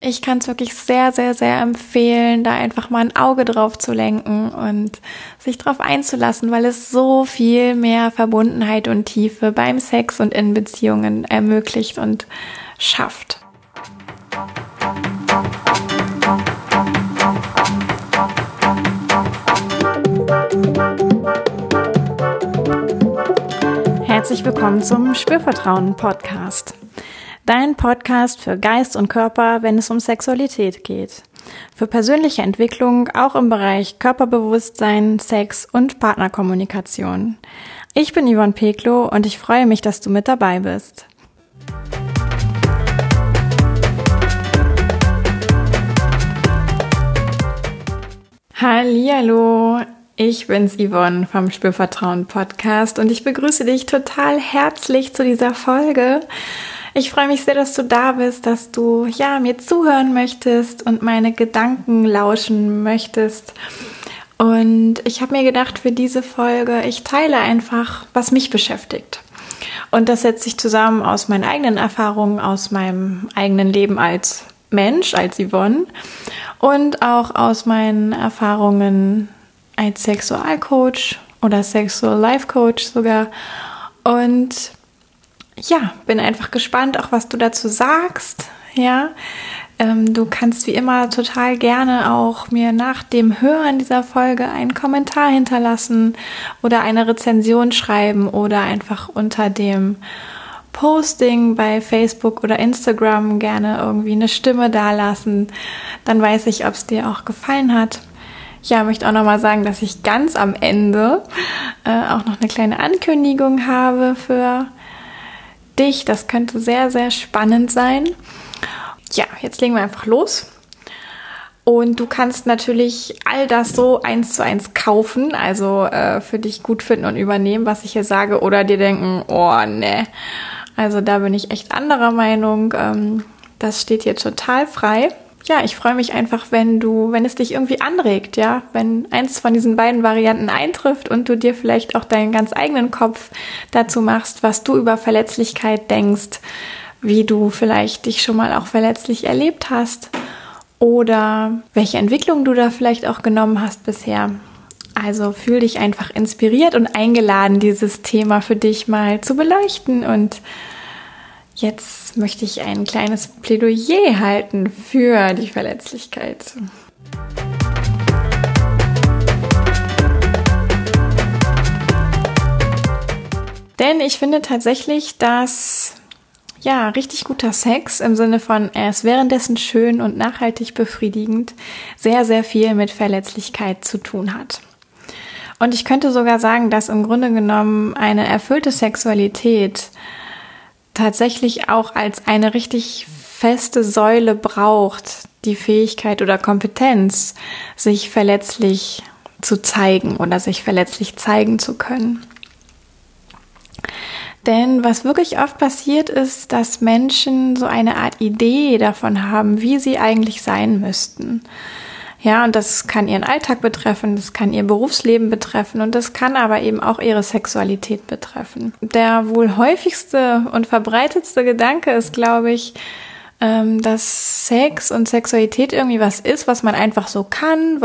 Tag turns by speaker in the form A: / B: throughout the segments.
A: ich kann es wirklich sehr, sehr, sehr empfehlen, da einfach mal ein Auge drauf zu lenken und sich drauf einzulassen, weil es so viel mehr Verbundenheit und Tiefe beim Sex und in Beziehungen ermöglicht und schafft. Herzlich willkommen zum Spürvertrauen-Podcast. Dein Podcast für Geist und Körper, wenn es um Sexualität geht. Für persönliche Entwicklung auch im Bereich Körperbewusstsein, Sex und Partnerkommunikation. Ich bin Yvonne Peklo und ich freue mich, dass du mit dabei bist. Hallihallo, ich bin's Yvonne vom Spürvertrauen Podcast und ich begrüße dich total herzlich zu dieser Folge. Ich freue mich sehr, dass du da bist, dass du mir zuhören möchtest und meine Gedanken lauschen möchtest. Und ich habe mir gedacht, für diese Folge, ich teile einfach, was mich beschäftigt. Und das setzt sich zusammen aus meinen eigenen Erfahrungen, aus meinem eigenen Leben als Mensch, als Yvonne und auch aus meinen Erfahrungen als Sexualcoach oder Sexual Life Coach sogar. Und bin einfach gespannt, auch was du dazu sagst. Du kannst wie immer total gerne auch mir nach dem Hören dieser Folge einen Kommentar hinterlassen oder eine Rezension schreiben oder einfach unter dem Posting bei Facebook oder Instagram gerne irgendwie eine Stimme dalassen. Dann weiß ich, ob es dir auch gefallen hat. Ja, möchte auch nochmal sagen, dass ich ganz am Ende auch noch eine kleine Ankündigung habe für dich. Das könnte sehr, sehr spannend sein. Ja, jetzt legen wir einfach los. Und du kannst natürlich all das so 1:1 kaufen, also für dich gut finden und übernehmen, was ich hier sage, oder dir denken, oh ne, also da bin ich echt anderer Meinung. Das steht hier total frei. Ja, ich freue mich einfach, wenn es dich irgendwie anregt, wenn eins von diesen beiden Varianten eintrifft und du dir vielleicht auch deinen ganz eigenen Kopf dazu machst, was du über Verletzlichkeit denkst, wie du vielleicht dich schon mal auch verletzlich erlebt hast oder welche Entwicklung du da vielleicht auch genommen hast bisher. Also fühl dich einfach inspiriert und eingeladen, dieses Thema für dich mal zu beleuchten. Und jetzt möchte ich ein kleines Plädoyer halten für die Verletzlichkeit. Denn ich finde tatsächlich, dass richtig guter Sex im Sinne von, er ist währenddessen schön und nachhaltig befriedigend, sehr, sehr viel mit Verletzlichkeit zu tun hat. Und ich könnte sogar sagen, dass im Grunde genommen eine erfüllte Sexualität tatsächlich auch als eine richtig feste Säule braucht, die Fähigkeit oder Kompetenz, sich verletzlich zu zeigen oder sich verletzlich zeigen zu können. Denn was wirklich oft passiert ist, dass Menschen so eine Art Idee davon haben, wie sie eigentlich sein müssten. Ja, und das kann ihren Alltag betreffen, das kann ihr Berufsleben betreffen und das kann aber eben auch ihre Sexualität betreffen. Der wohl häufigste und verbreitetste Gedanke ist, glaube ich, dass Sex und Sexualität irgendwie was ist, was man einfach so kann,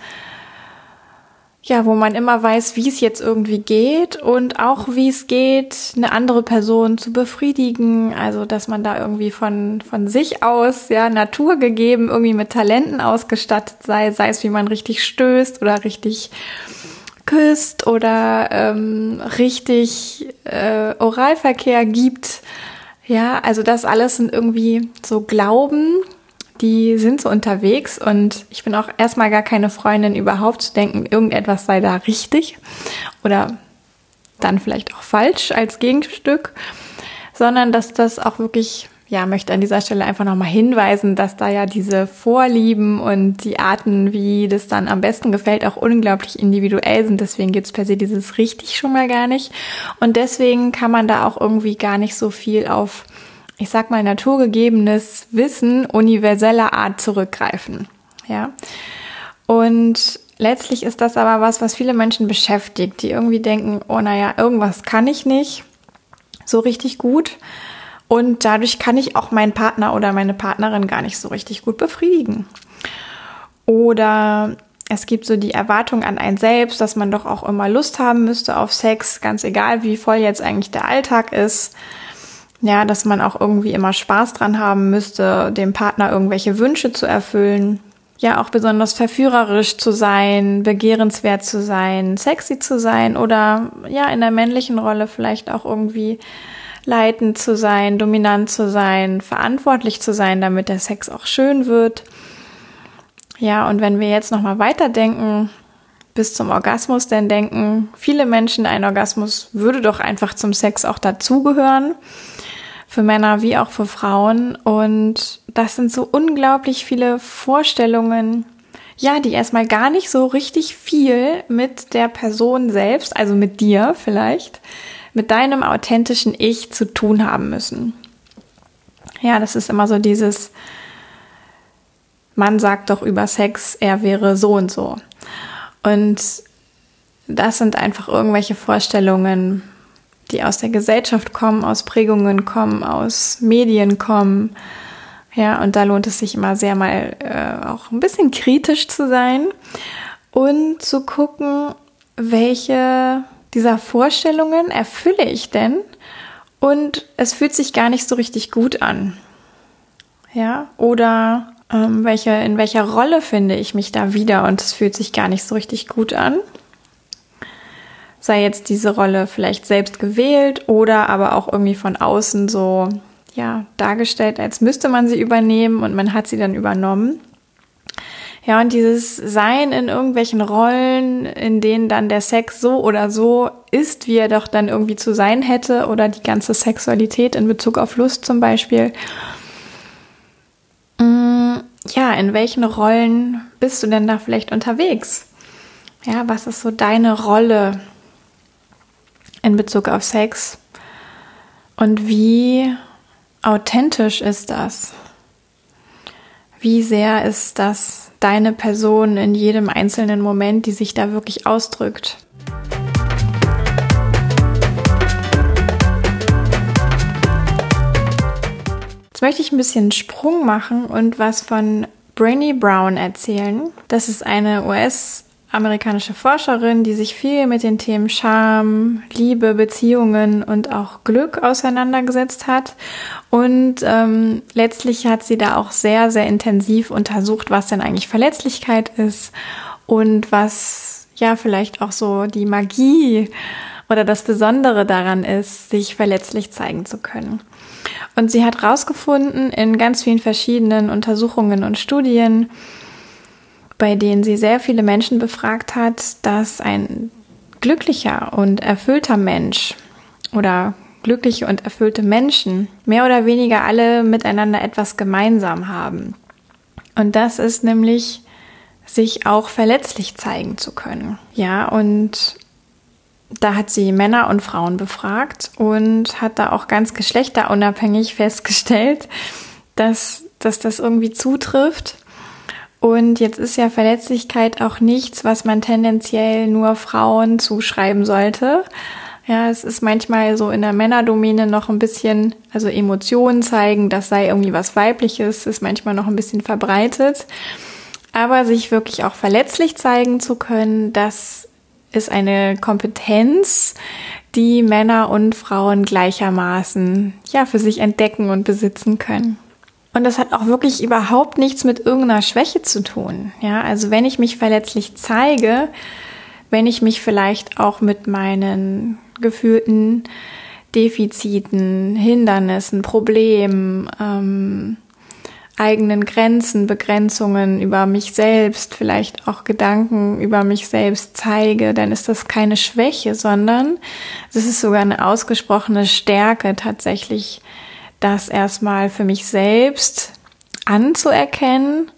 A: wo man immer weiß, wie es jetzt irgendwie geht und auch wie es geht, eine andere Person zu befriedigen. Also, dass man da irgendwie von sich aus, naturgegeben, irgendwie mit Talenten ausgestattet sei es, wie man richtig stößt oder richtig küsst oder richtig Oralverkehr gibt. Ja, also das alles sind irgendwie so Glauben, die sind so unterwegs und ich bin auch erstmal gar keine Freundin, überhaupt zu denken, irgendetwas sei da richtig oder dann vielleicht auch falsch als Gegenstück, sondern dass das auch wirklich, möchte an dieser Stelle einfach nochmal hinweisen, dass da diese Vorlieben und die Arten, wie das dann am besten gefällt, auch unglaublich individuell sind. Deswegen gibt es per se dieses richtig schon mal gar nicht und deswegen kann man da auch irgendwie gar nicht so viel auf, ich sag mal, naturgegebenes Wissen universeller Art zurückgreifen. Ja. Und letztlich ist das aber was viele Menschen beschäftigt, die irgendwie denken, oh irgendwas kann ich nicht so richtig gut Und dadurch kann ich auch meinen Partner oder meine Partnerin gar nicht so richtig gut befriedigen. Oder es gibt so die Erwartung an einen selbst, dass man doch auch immer Lust haben müsste auf Sex, ganz egal, wie voll jetzt eigentlich der Alltag ist. Ja, dass man auch irgendwie immer Spaß dran haben müsste, dem Partner irgendwelche Wünsche zu erfüllen. Ja, auch besonders verführerisch zu sein, begehrenswert zu sein, sexy zu sein oder ja, in der männlichen Rolle vielleicht auch irgendwie leitend zu sein, dominant zu sein, verantwortlich zu sein, damit der Sex auch schön wird. Ja, und wenn wir jetzt nochmal weiterdenken, bis zum Orgasmus, dann denken viele Menschen, ein Orgasmus würde doch einfach zum Sex auch dazugehören, für Männer wie auch für Frauen. Und das sind so unglaublich viele Vorstellungen, ja, die erstmal gar nicht so richtig viel mit der Person selbst, also mit dir vielleicht, mit deinem authentischen Ich zu tun haben müssen. Ja, das ist immer so dieses, man sagt doch über Sex, er wäre so und so. Und das sind einfach irgendwelche Vorstellungen, die aus der Gesellschaft kommen, aus Prägungen kommen, aus Medien kommen. Ja, und da lohnt es sich immer sehr mal auch ein bisschen kritisch zu sein und zu gucken, welche dieser Vorstellungen erfülle ich denn? Und es fühlt sich gar nicht so richtig gut an. Ja, oder in welcher Rolle finde ich mich da wieder und es fühlt sich gar nicht so richtig gut an. Sei jetzt diese Rolle vielleicht selbst gewählt oder aber auch irgendwie von außen so, ja, dargestellt, als müsste man sie übernehmen und man hat sie dann übernommen. Ja, und dieses Sein in irgendwelchen Rollen, in denen dann der Sex so oder so ist, wie er doch dann irgendwie zu sein hätte oder die ganze Sexualität in Bezug auf Lust zum Beispiel. Ja, in welchen Rollen bist du denn da vielleicht unterwegs? Ja, was ist so deine Rolle in Bezug auf Sex? Und wie authentisch ist das? Wie sehr ist das deine Person in jedem einzelnen Moment, die sich da wirklich ausdrückt? Jetzt möchte ich ein bisschen einen Sprung machen und was von Brené Brown erzählen. Das ist eine US-amerikanische Forscherin, die sich viel mit den Themen Scham, Liebe, Beziehungen und auch Glück auseinandergesetzt hat. Und letztlich hat sie da auch sehr, sehr intensiv untersucht, was denn eigentlich Verletzlichkeit ist und was ja vielleicht auch so die Magie oder das Besondere daran ist, sich verletzlich zeigen zu können. Und sie hat herausgefunden in ganz vielen verschiedenen Untersuchungen und Studien, bei denen sie sehr viele Menschen befragt hat, dass ein glücklicher und erfüllter Mensch oder glückliche und erfüllte Menschen mehr oder weniger alle miteinander etwas gemeinsam haben. Und das ist nämlich, sich auch verletzlich zeigen zu können. Ja, und da hat sie Männer und Frauen befragt und hat da auch ganz geschlechterunabhängig festgestellt, dass das irgendwie zutrifft. Und jetzt ist ja Verletzlichkeit auch nichts, was man tendenziell nur Frauen zuschreiben sollte. Ja, es ist manchmal so in der Männerdomäne noch ein bisschen, also Emotionen zeigen, das sei irgendwie was Weibliches, ist manchmal noch ein bisschen verbreitet. Aber sich wirklich auch verletzlich zeigen zu können, das ist eine Kompetenz, die Männer und Frauen gleichermaßen ja für sich entdecken und besitzen können. Und das hat auch wirklich überhaupt nichts mit irgendeiner Schwäche zu tun. Ja, also wenn ich mich verletzlich zeige, wenn ich mich vielleicht auch mit meinen gefühlten Defiziten, Hindernissen, Problemen, eigenen Grenzen, Begrenzungen über mich selbst, vielleicht auch Gedanken über mich selbst zeige, dann ist das keine Schwäche, sondern es ist sogar eine ausgesprochene Stärke, tatsächlich das erstmal für mich selbst anzuerkennen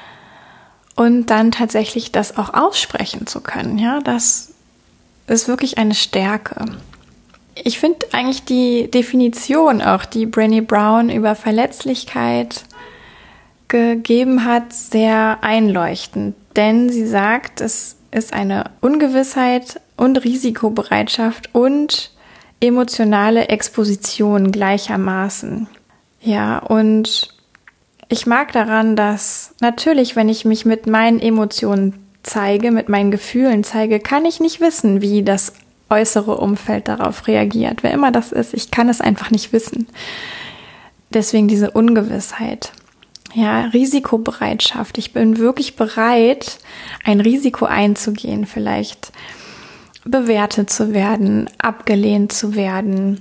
A: und dann tatsächlich das auch aussprechen zu können. Ja, das ist wirklich eine Stärke. Ich finde eigentlich die Definition auch, die Brené Brown über Verletzlichkeit gegeben hat, sehr einleuchtend, denn sie sagt, es ist eine Ungewissheit und Risikobereitschaft und emotionale Exposition gleichermaßen. Ja, und ich mag daran, dass natürlich, wenn ich mich mit meinen Emotionen zeige, mit meinen Gefühlen zeige, kann ich nicht wissen, wie das äußere Umfeld darauf reagiert. Wer immer das ist, ich kann es einfach nicht wissen. Deswegen diese Ungewissheit. Ja, Risikobereitschaft. Ich bin wirklich bereit, ein Risiko einzugehen, vielleicht bewertet zu werden, abgelehnt zu werden.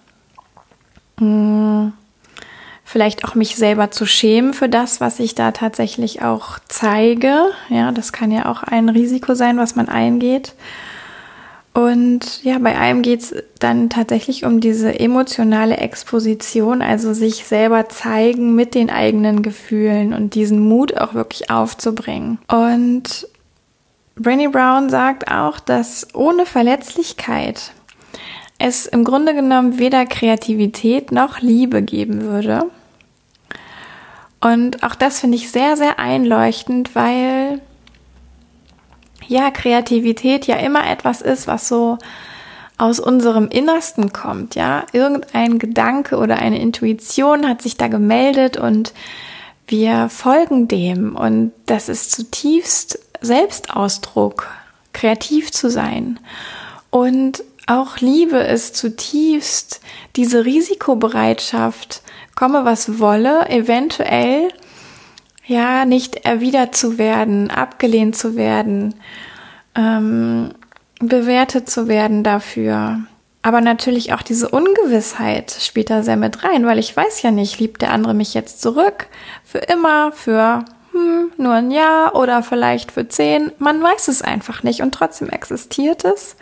A: Vielleicht auch mich selber zu schämen für das, was ich da tatsächlich auch zeige. Ja, das kann ja auch ein Risiko sein, was man eingeht. Und ja, bei allem geht es dann tatsächlich um diese emotionale Exposition, also sich selber zeigen mit den eigenen Gefühlen und diesen Mut auch wirklich aufzubringen. Und Brené Brown sagt auch, dass ohne Verletzlichkeit es im Grunde genommen weder Kreativität noch Liebe geben würde. Und auch das finde ich sehr, sehr einleuchtend, weil ja, Kreativität ja immer etwas ist, was so aus unserem Innersten kommt, ja. Irgendein Gedanke oder eine Intuition hat sich da gemeldet und wir folgen dem. Und das ist zutiefst Selbstausdruck, kreativ zu sein. Und auch Liebe ist zutiefst diese Risikobereitschaft, komme was wolle, eventuell ja nicht erwidert zu werden, abgelehnt zu werden, bewertet zu werden dafür. Aber natürlich auch diese Ungewissheit spielt da sehr mit rein, weil ich weiß ja nicht, liebt der andere mich jetzt zurück für immer, für nur ein Jahr oder vielleicht für 10. Man weiß es einfach nicht und trotzdem existiert es.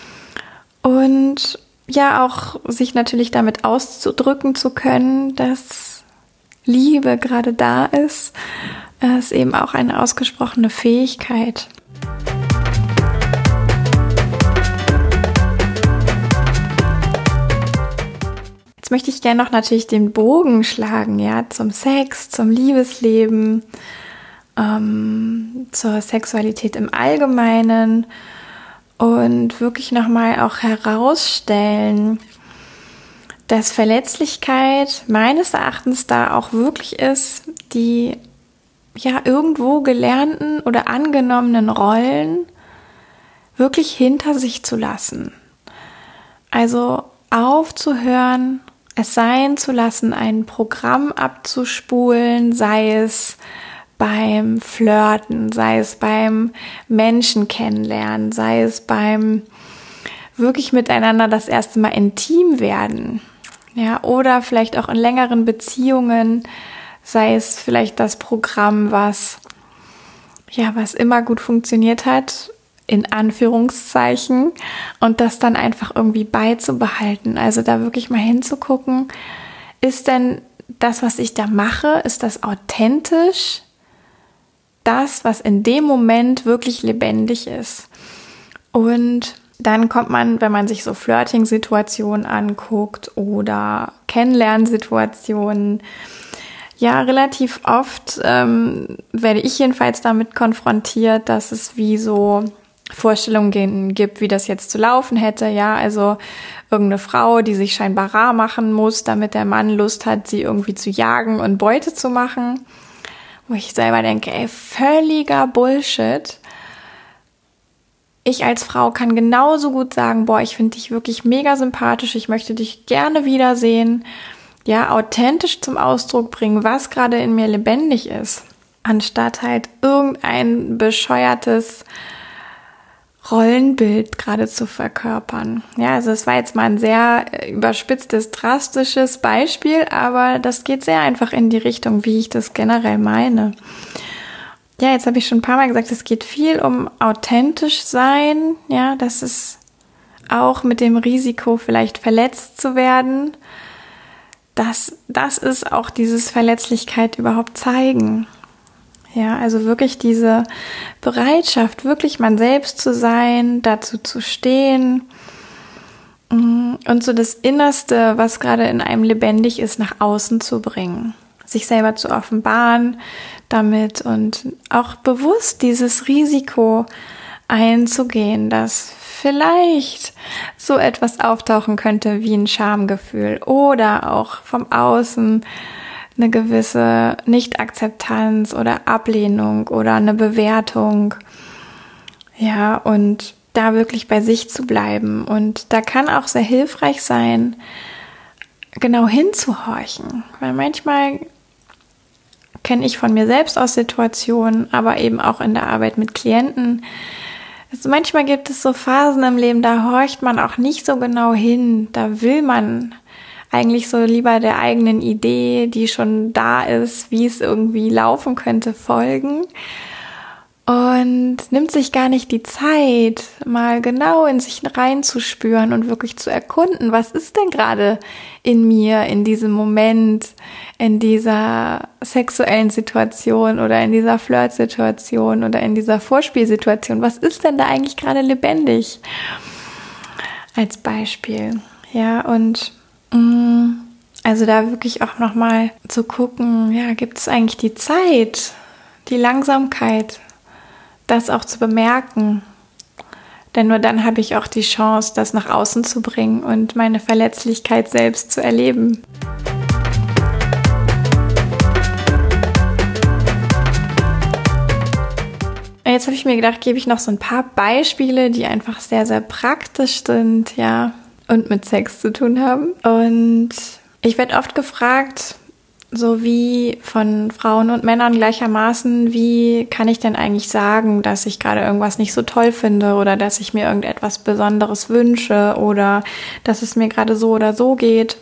A: Und ja, auch sich natürlich damit auszudrücken zu können, dass Liebe gerade da ist eben auch eine ausgesprochene Fähigkeit. Jetzt möchte ich gerne noch natürlich den Bogen schlagen, ja, zum Sex, zum Liebesleben, zur Sexualität im Allgemeinen und wirklich nochmal auch herausstellen, dass Verletzlichkeit meines Erachtens da auch wirklich ist, die ja irgendwo gelernten oder angenommenen Rollen wirklich hinter sich zu lassen. Also aufzuhören, es sein zu lassen, ein Programm abzuspulen, sei es beim Flirten, sei es beim Menschen kennenlernen, sei es beim wirklich miteinander das erste Mal intim werden. Ja, oder vielleicht auch in längeren Beziehungen, sei es vielleicht das Programm, was immer gut funktioniert hat, in Anführungszeichen, und das dann einfach irgendwie beizubehalten. Also da wirklich mal hinzugucken, ist denn das, was ich da mache, ist das authentisch? Das, was in dem Moment wirklich lebendig ist. Und dann kommt man, wenn man sich so Flirting-Situationen anguckt oder Kennenlernsituationen, ja, relativ oft werde ich jedenfalls damit konfrontiert, dass es wie so Vorstellungen gibt, wie das jetzt zu laufen hätte. Ja, also irgendeine Frau, die sich scheinbar rar machen muss, damit der Mann Lust hat, sie irgendwie zu jagen und Beute zu machen. Wo ich selber denke, völliger Bullshit. Ich als Frau kann genauso gut sagen, ich finde dich wirklich mega sympathisch, ich möchte dich gerne wiedersehen. Ja, authentisch zum Ausdruck bringen, was gerade in mir lebendig ist, anstatt halt irgendein bescheuertes Rollenbild gerade zu verkörpern. Ja, also es war jetzt mal ein sehr überspitztes, drastisches Beispiel, aber das geht sehr einfach in die Richtung, wie ich das generell meine. Ja, jetzt habe ich schon ein paar Mal gesagt, es geht viel um authentisch sein. Ja, das ist auch mit dem Risiko, vielleicht verletzt zu werden. Das ist auch dieses Verletzlichkeit überhaupt zeigen. Ja, also wirklich diese Bereitschaft, wirklich man selbst zu sein, dazu zu stehen und so das Innerste, was gerade in einem lebendig ist, nach außen zu bringen. Sich selber zu offenbaren damit und auch bewusst dieses Risiko einzugehen, dass vielleicht so etwas auftauchen könnte wie ein Schamgefühl oder auch vom Außen eine gewisse Nicht-Akzeptanz oder Ablehnung oder eine Bewertung. Ja, und da wirklich bei sich zu bleiben. Und da kann auch sehr hilfreich sein, genau hinzuhorchen. Weil manchmal kenne ich von mir selbst aus Situationen, aber eben auch in der Arbeit mit Klienten. Also manchmal gibt es so Phasen im Leben, da horcht man auch nicht so genau hin. Da will man eigentlich so lieber der eigenen Idee, die schon da ist, wie es irgendwie laufen könnte, folgen. Und nimmt sich gar nicht die Zeit, mal genau in sich reinzuspüren und wirklich zu erkunden, was ist denn gerade in mir, in diesem Moment, in dieser sexuellen Situation oder in dieser Flirtsituation oder in dieser Vorspielsituation. Was ist denn da eigentlich gerade lebendig? Als Beispiel. Ja, und also da wirklich auch nochmal zu gucken, ja, gibt es eigentlich die Zeit, die Langsamkeit, das auch zu bemerken. Denn nur dann habe ich auch die Chance, das nach außen zu bringen und meine Verletzlichkeit selbst zu erleben. Jetzt habe ich mir gedacht, gebe ich noch so ein paar Beispiele, die einfach sehr, sehr praktisch sind, ja, und mit Sex zu tun haben. Und ich werde oft gefragt, so wie von Frauen und Männern gleichermaßen, wie kann ich denn eigentlich sagen, dass ich gerade irgendwas nicht so toll finde oder dass ich mir irgendetwas Besonderes wünsche oder dass es mir gerade so oder so geht.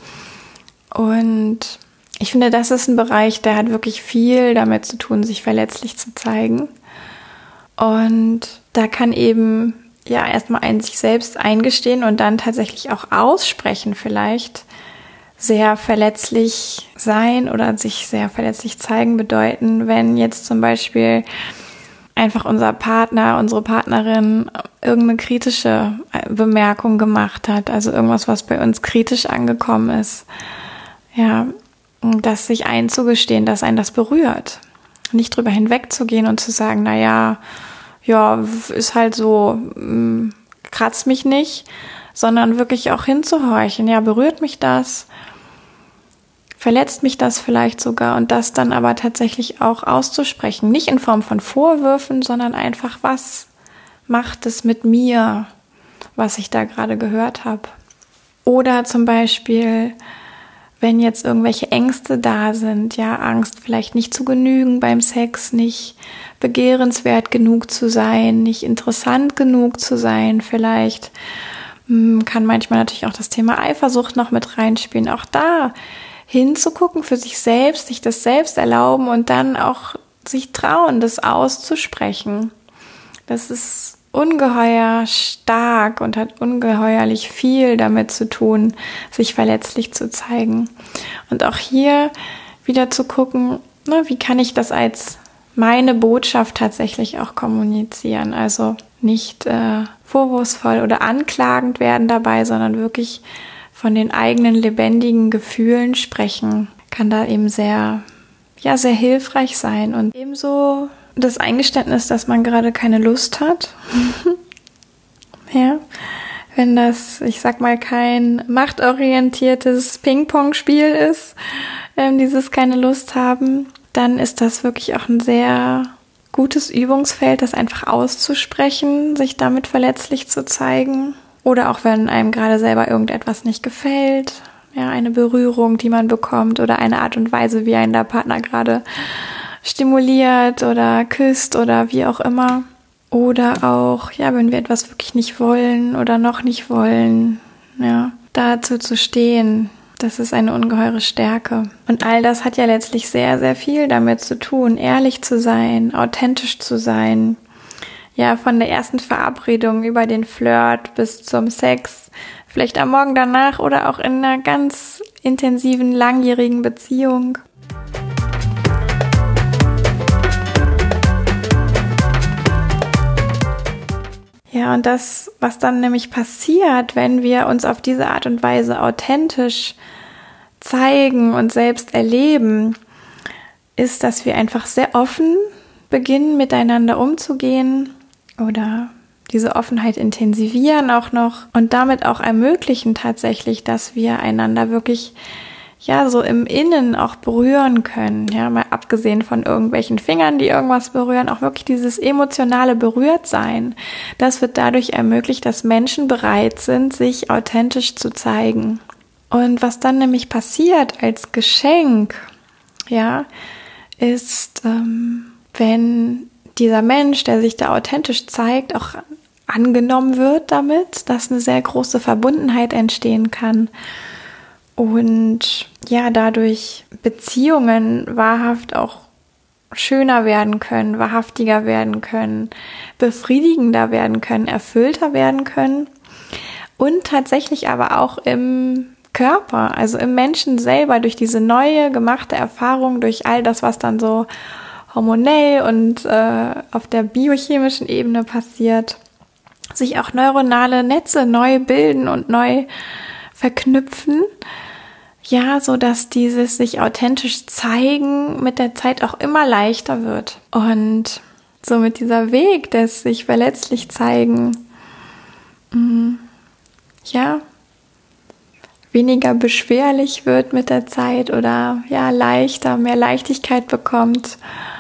A: Und ich finde, das ist ein Bereich, der hat wirklich viel damit zu tun, sich verletzlich zu zeigen. Und da kann eben ja erstmal sich selbst eingestehen und dann tatsächlich auch aussprechen vielleicht, sehr verletzlich sein oder sich sehr verletzlich zeigen bedeuten, wenn jetzt zum Beispiel einfach unser Partner, unsere Partnerin irgendeine kritische Bemerkung gemacht hat, also irgendwas, was bei uns kritisch angekommen ist. Ja, das sich einzugestehen, dass einen das berührt. Nicht drüber hinwegzugehen und zu sagen, naja, ja, ist halt so, kratzt mich nicht, sondern wirklich auch hinzuhorchen. Ja, berührt mich das? Verletzt mich das vielleicht sogar? Und das dann aber tatsächlich auch auszusprechen. Nicht in Form von Vorwürfen, sondern einfach, was macht es mit mir, was ich da gerade gehört habe? Oder zum Beispiel, wenn jetzt irgendwelche Ängste da sind, ja, Angst vielleicht nicht zu genügen beim Sex, nicht begehrenswert genug zu sein, nicht interessant genug zu sein, vielleicht kann manchmal natürlich auch das Thema Eifersucht noch mit reinspielen. Auch da hinzugucken für sich selbst, sich das selbst erlauben und dann auch sich trauen, das auszusprechen. Das ist ungeheuer stark und hat ungeheuerlich viel damit zu tun, sich verletzlich zu zeigen. Und auch hier wieder zu gucken, wie kann ich das als meine Botschaft tatsächlich auch kommunizieren. Also nicht vorwurfsvoll oder anklagend werden dabei, sondern wirklich von den eigenen lebendigen Gefühlen sprechen. Kann da eben sehr hilfreich sein. Und ebenso das Eingeständnis, dass man gerade keine Lust hat. Ja, wenn das, ich sag mal, kein machtorientiertes Ping-Pong-Spiel ist, dieses keine Lust haben, dann ist das wirklich auch ein sehr gutes Übungsfeld, das einfach auszusprechen, sich damit verletzlich zu zeigen. Oder auch wenn einem gerade selber irgendetwas nicht gefällt, ja, eine Berührung, die man bekommt oder eine Art und Weise, wie einen der Partner gerade stimuliert oder küsst oder wie auch immer. Oder auch, ja, wenn wir etwas wirklich nicht wollen oder noch nicht wollen, ja, dazu zu stehen, das ist eine ungeheure Stärke. Und all das hat ja letztlich sehr, sehr viel damit zu tun, ehrlich zu sein, authentisch zu sein. Ja, von der ersten Verabredung über den Flirt bis zum Sex, vielleicht am Morgen danach oder auch in einer ganz intensiven, langjährigen Beziehung. Ja, und das, was dann nämlich passiert, wenn wir uns auf diese Art und Weise authentisch zeigen und selbst erleben, ist, dass wir einfach sehr offen beginnen, miteinander umzugehen oder diese Offenheit intensivieren auch noch und damit auch ermöglichen tatsächlich, dass wir einander wirklich so im Innen auch berühren können. Ja, mal abgesehen von irgendwelchen Fingern, die irgendwas berühren, auch wirklich dieses emotionale Berührtsein. Das wird dadurch ermöglicht, dass Menschen bereit sind, sich authentisch zu zeigen. Und was dann nämlich passiert als Geschenk, ist, wenn dieser Mensch, der sich da authentisch zeigt, auch angenommen wird damit, dass eine sehr große Verbundenheit entstehen kann und dadurch Beziehungen wahrhaft auch schöner werden können, wahrhaftiger werden können, befriedigender werden können, erfüllter werden können und tatsächlich aber auch im Körper, also im Menschen selber, durch diese neue gemachte Erfahrung, durch all das, was dann so hormonell und auf der biochemischen Ebene passiert, sich auch neuronale Netze neu bilden und neu verknüpfen, so dass dieses sich authentisch zeigen mit der Zeit auch immer leichter wird. Und so mit dieser Weg des sich verletzlich zeigen, weniger beschwerlich wird mit der Zeit oder leichter, mehr Leichtigkeit bekommt,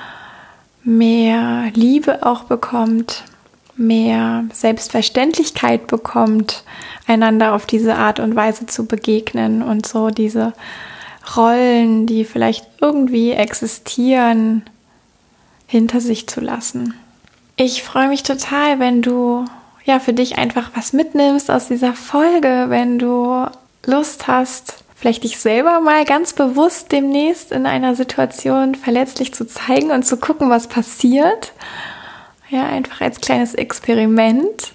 A: mehr Liebe auch bekommt, mehr Selbstverständlichkeit bekommt, einander auf diese Art und Weise zu begegnen und so diese Rollen, die vielleicht irgendwie existieren, hinter sich zu lassen. Ich freue mich total, wenn du für dich einfach was mitnimmst aus dieser Folge, wenn du Lust hast, vielleicht dich selber mal ganz bewusst demnächst in einer Situation verletzlich zu zeigen und zu gucken, was passiert. Einfach als kleines Experiment.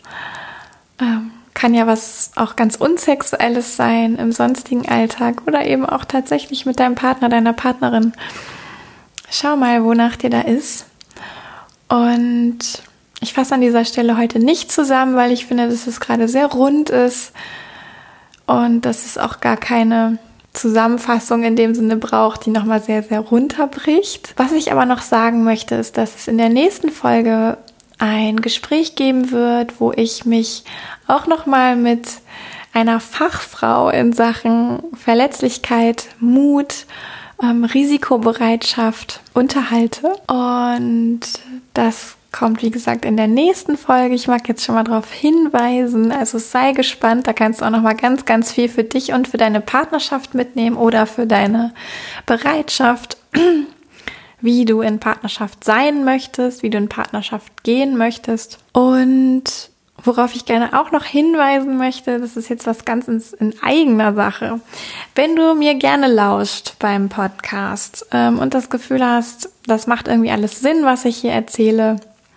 A: Kann was auch ganz Unsexuelles sein im sonstigen Alltag oder eben auch tatsächlich mit deinem Partner, deiner Partnerin. Schau mal, wonach dir da ist. Und ich fasse an dieser Stelle heute nicht zusammen, weil ich finde, dass es gerade sehr rund ist und dass es auch gar keine Zusammenfassung in dem Sinne braucht, die nochmal sehr, sehr runterbricht. Was ich aber noch sagen möchte, ist, dass es in der nächsten Folge ein Gespräch geben wird, wo ich mich auch nochmal mit einer Fachfrau in Sachen Verletzlichkeit, Mut, Risikobereitschaft unterhalte. Und das kommt, wie gesagt, in der nächsten Folge. Ich mag jetzt schon mal darauf hinweisen, also sei gespannt, da kannst du auch noch mal ganz, ganz viel für dich und für deine Partnerschaft mitnehmen oder für deine Bereitschaft, wie du in Partnerschaft sein möchtest, wie du in Partnerschaft gehen möchtest. Und worauf ich gerne auch noch hinweisen möchte, das ist jetzt was ganz in eigener Sache. Wenn du mir gerne lauscht beim Podcast und das Gefühl hast, das macht irgendwie alles Sinn, was ich hier erzähle,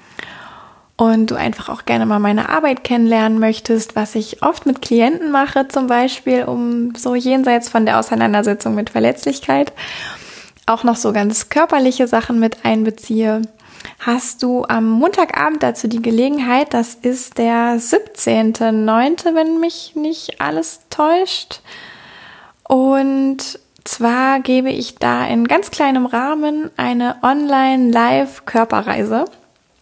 A: und du einfach auch gerne mal meine Arbeit kennenlernen möchtest, was ich oft mit Klienten mache, zum Beispiel, um so jenseits von der Auseinandersetzung mit Verletzlichkeit auch noch so ganz körperliche Sachen mit einbeziehe, hast du am Montagabend dazu die Gelegenheit, das ist der 17.09., wenn mich nicht alles täuscht. Und zwar gebe ich da in ganz kleinem Rahmen eine Online-Live-Körperreise.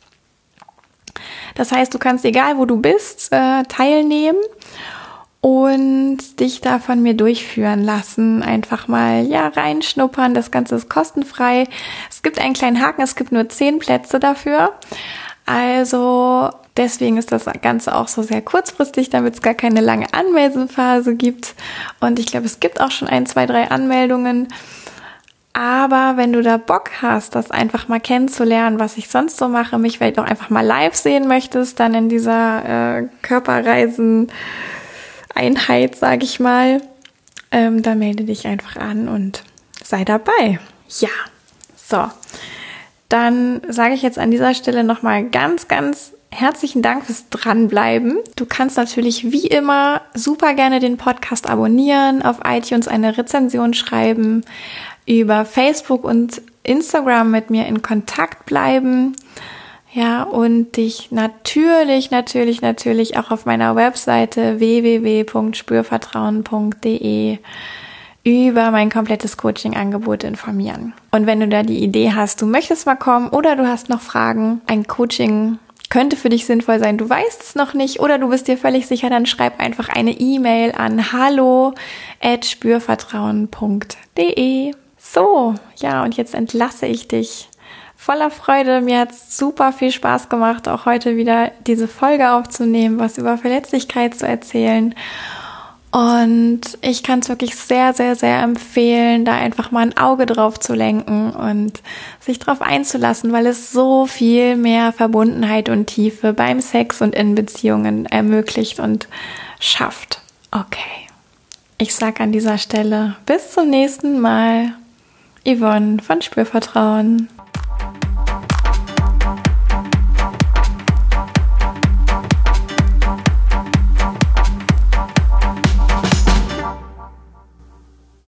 A: Das heißt, du kannst, egal wo du bist, teilnehmen und dich da von mir durchführen lassen. Einfach mal reinschnuppern. Das Ganze ist kostenfrei. Es gibt einen kleinen Haken, es gibt nur 10 Plätze dafür. Also deswegen ist das Ganze auch so sehr kurzfristig, damit es gar keine lange Anmeldephase gibt. Und ich glaube, es gibt auch schon 1, 2, 3 Anmeldungen. Aber wenn du da Bock hast, das einfach mal kennenzulernen, was ich sonst so mache, mich vielleicht auch einfach mal live sehen möchtest, dann in dieser Körperreisen-Einheit, sage ich mal, dann melde dich einfach an und sei dabei. Ja, so. Dann sage ich jetzt an dieser Stelle nochmal ganz, ganz herzlichen Dank fürs Dranbleiben. Du kannst natürlich wie immer super gerne den Podcast abonnieren, auf iTunes eine Rezension schreiben, über Facebook und Instagram mit mir in Kontakt bleiben. Ja, und dich natürlich auch auf meiner Webseite www.spürvertrauen.de über mein komplettes Coaching-Angebot informieren. Und wenn du da die Idee hast, du möchtest mal kommen oder du hast noch Fragen, ein Coaching könnte für dich sinnvoll sein. Du weißt es noch nicht oder du bist dir völlig sicher, dann schreib einfach eine E-Mail an hallo@spürvertrauen.de. So, ja, und jetzt entlasse ich dich voller Freude. Mir hat es super viel Spaß gemacht, auch heute wieder diese Folge aufzunehmen, was über Verletzlichkeit zu erzählen. Und ich kann es wirklich sehr, sehr, sehr empfehlen, da einfach mal ein Auge drauf zu lenken und sich drauf einzulassen, weil es so viel mehr Verbundenheit und Tiefe beim Sex und in Beziehungen ermöglicht und schafft. Okay, ich sage an dieser Stelle bis zum nächsten Mal. Yvonne von Spürvertrauen.